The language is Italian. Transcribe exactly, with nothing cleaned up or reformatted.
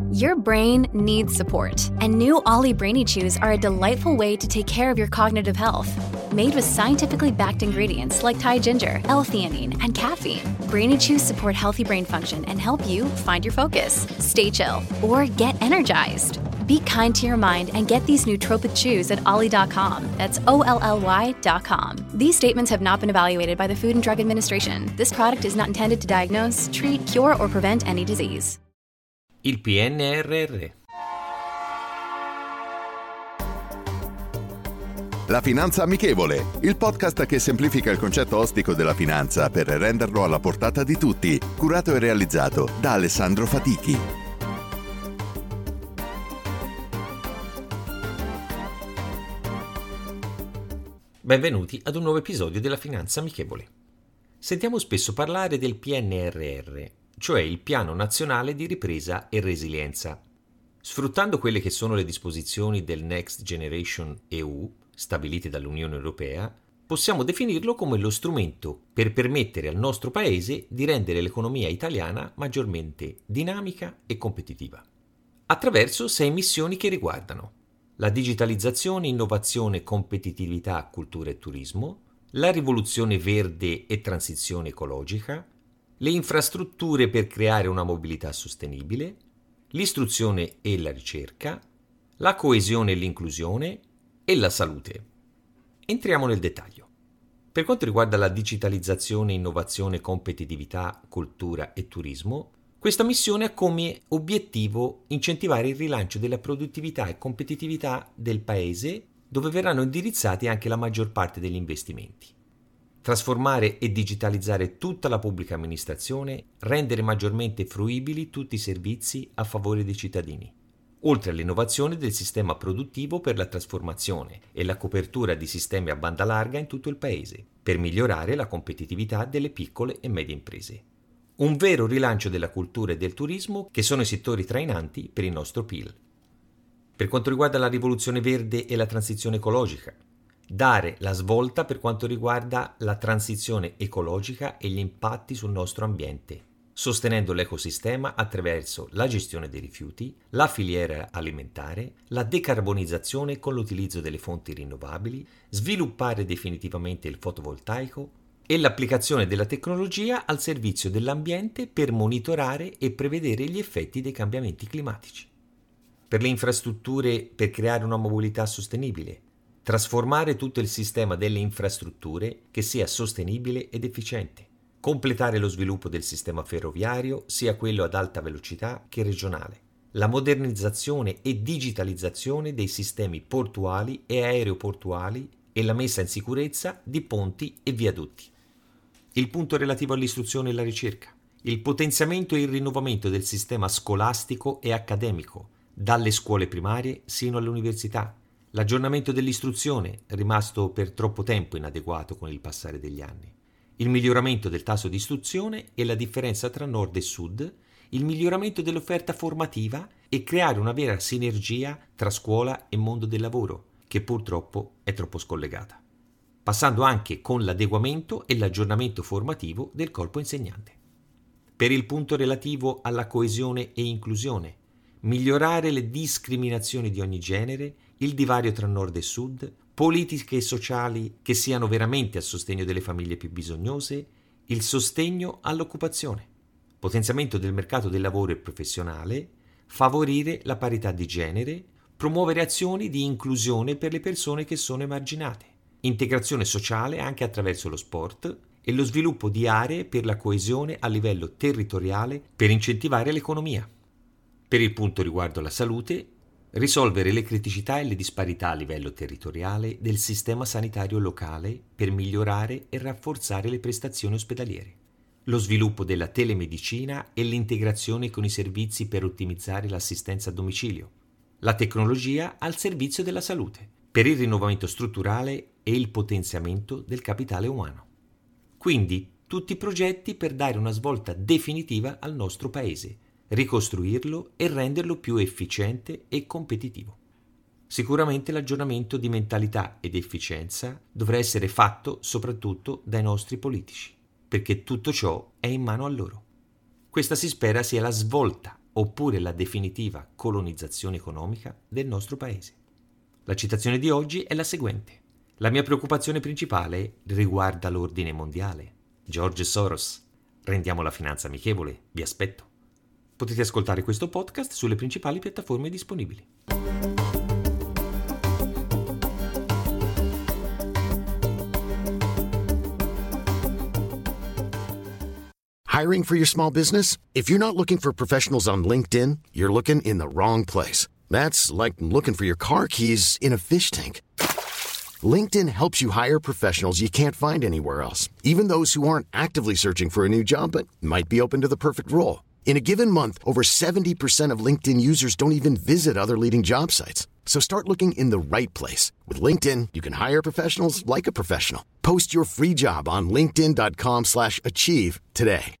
Your brain needs support, and new Ollie Brainy Chews are a delightful way to take care of your cognitive health. Made with scientifically backed ingredients like Thai ginger, L-theanine, and caffeine, Brainy Chews support healthy brain function and help you find your focus, stay chill, or get energized. Be kind to your mind and get these nootropic chews at ollie dot com. That's O L L Y dot com. These statements have not been evaluated by the Food and Drug Administration. This product is not intended to diagnose, treat, cure, or prevent any disease. Il P N R R. La Finanza Amichevole, il podcast che semplifica il concetto ostico della finanza per renderlo alla portata di tutti, curato e realizzato da Alessandro Fatichi. Benvenuti ad un nuovo episodio della Finanza Amichevole. Sentiamo spesso parlare del P N R R, cioè il Piano Nazionale di Ripresa e Resilienza. Sfruttando quelle che sono le disposizioni del Next Generation E U, stabilite dall'Unione Europea, possiamo definirlo come lo strumento per permettere al nostro Paese di rendere l'economia italiana maggiormente dinamica e competitiva. Attraverso sei missioni che riguardano la digitalizzazione, innovazione, competitività, cultura e turismo, la rivoluzione verde e transizione ecologica, le infrastrutture per creare una mobilità sostenibile, l'istruzione e la ricerca, la coesione e l'inclusione e la salute. Entriamo nel dettaglio. Per quanto riguarda la digitalizzazione, innovazione, competitività, cultura e turismo, questa missione ha come obiettivo incentivare il rilancio della produttività e competitività del Paese, dove verranno indirizzati anche la maggior parte degli investimenti. Trasformare e digitalizzare tutta la pubblica amministrazione, rendere maggiormente fruibili tutti i servizi a favore dei cittadini, oltre all'innovazione del sistema produttivo per la trasformazione e la copertura di sistemi a banda larga in tutto il Paese, per migliorare la competitività delle piccole e medie imprese. Un vero rilancio della cultura e del turismo, che sono i settori trainanti per il nostro P I L. Per quanto riguarda la rivoluzione verde e la transizione ecologica, dare la svolta per quanto riguarda la transizione ecologica e gli impatti sul nostro ambiente, sostenendo l'ecosistema attraverso la gestione dei rifiuti, la filiera alimentare, la decarbonizzazione con l'utilizzo delle fonti rinnovabili, sviluppare definitivamente il fotovoltaico e l'applicazione della tecnologia al servizio dell'ambiente per monitorare e prevedere gli effetti dei cambiamenti climatici. Per le infrastrutture per creare una mobilità sostenibile, trasformare tutto il sistema delle infrastrutture che sia sostenibile ed efficiente, completare lo sviluppo del sistema ferroviario, sia quello ad alta velocità che regionale, la modernizzazione e digitalizzazione dei sistemi portuali e aeroportuali e la messa in sicurezza di ponti e viadotti. Il punto relativo all'istruzione e alla ricerca, il potenziamento e il rinnovamento del sistema scolastico e accademico, dalle scuole primarie sino alle università, l'aggiornamento dell'istruzione, rimasto per troppo tempo inadeguato con il passare degli anni, il miglioramento del tasso di istruzione e la differenza tra nord e sud, il miglioramento dell'offerta formativa e creare una vera sinergia tra scuola e mondo del lavoro, che purtroppo è troppo scollegata, passando anche con l'adeguamento e l'aggiornamento formativo del corpo insegnante. Per il punto relativo alla coesione e inclusione, migliorare le discriminazioni di ogni genere, il divario tra nord e sud, politiche sociali che siano veramente a sostegno delle famiglie più bisognose, il sostegno all'occupazione, potenziamento del mercato del lavoro e professionale, favorire la parità di genere, promuovere azioni di inclusione per le persone che sono emarginate, integrazione sociale anche attraverso lo sport e lo sviluppo di aree per la coesione a livello territoriale per incentivare l'economia. Per il punto riguardo alla salute, risolvere le criticità e le disparità a livello territoriale del sistema sanitario locale per migliorare e rafforzare le prestazioni ospedaliere, lo sviluppo della telemedicina e l'integrazione con i servizi per ottimizzare l'assistenza a domicilio, la tecnologia al servizio della salute, per il rinnovamento strutturale e il potenziamento del capitale umano. Quindi, tutti progetti per dare una svolta definitiva al nostro Paese, ricostruirlo e renderlo più efficiente e competitivo. Sicuramente l'aggiornamento di mentalità ed efficienza dovrà essere fatto soprattutto dai nostri politici, perché tutto ciò è in mano a loro. Questa si spera sia la svolta oppure la definitiva colonizzazione economica del nostro paese. La citazione di oggi è la seguente. La mia preoccupazione principale riguarda l'ordine mondiale. George Soros. Rendiamo la finanza amichevole, vi aspetto. Potete ascoltare questo podcast sulle principali piattaforme disponibili. Hiring for your small business? If you're not looking for professionals on LinkedIn, you're looking in the wrong place. That's like looking for your car keys in a fish tank. LinkedIn helps you hire professionals you can't find anywhere else, even those who aren't actively searching for a new job but might be open to the perfect role. In a given month, over seventy percent of LinkedIn users don't even visit other leading job sites. So start looking in the right place. With LinkedIn, you can hire professionals like a professional. Post your free job on linkedin dot com slash achieve today.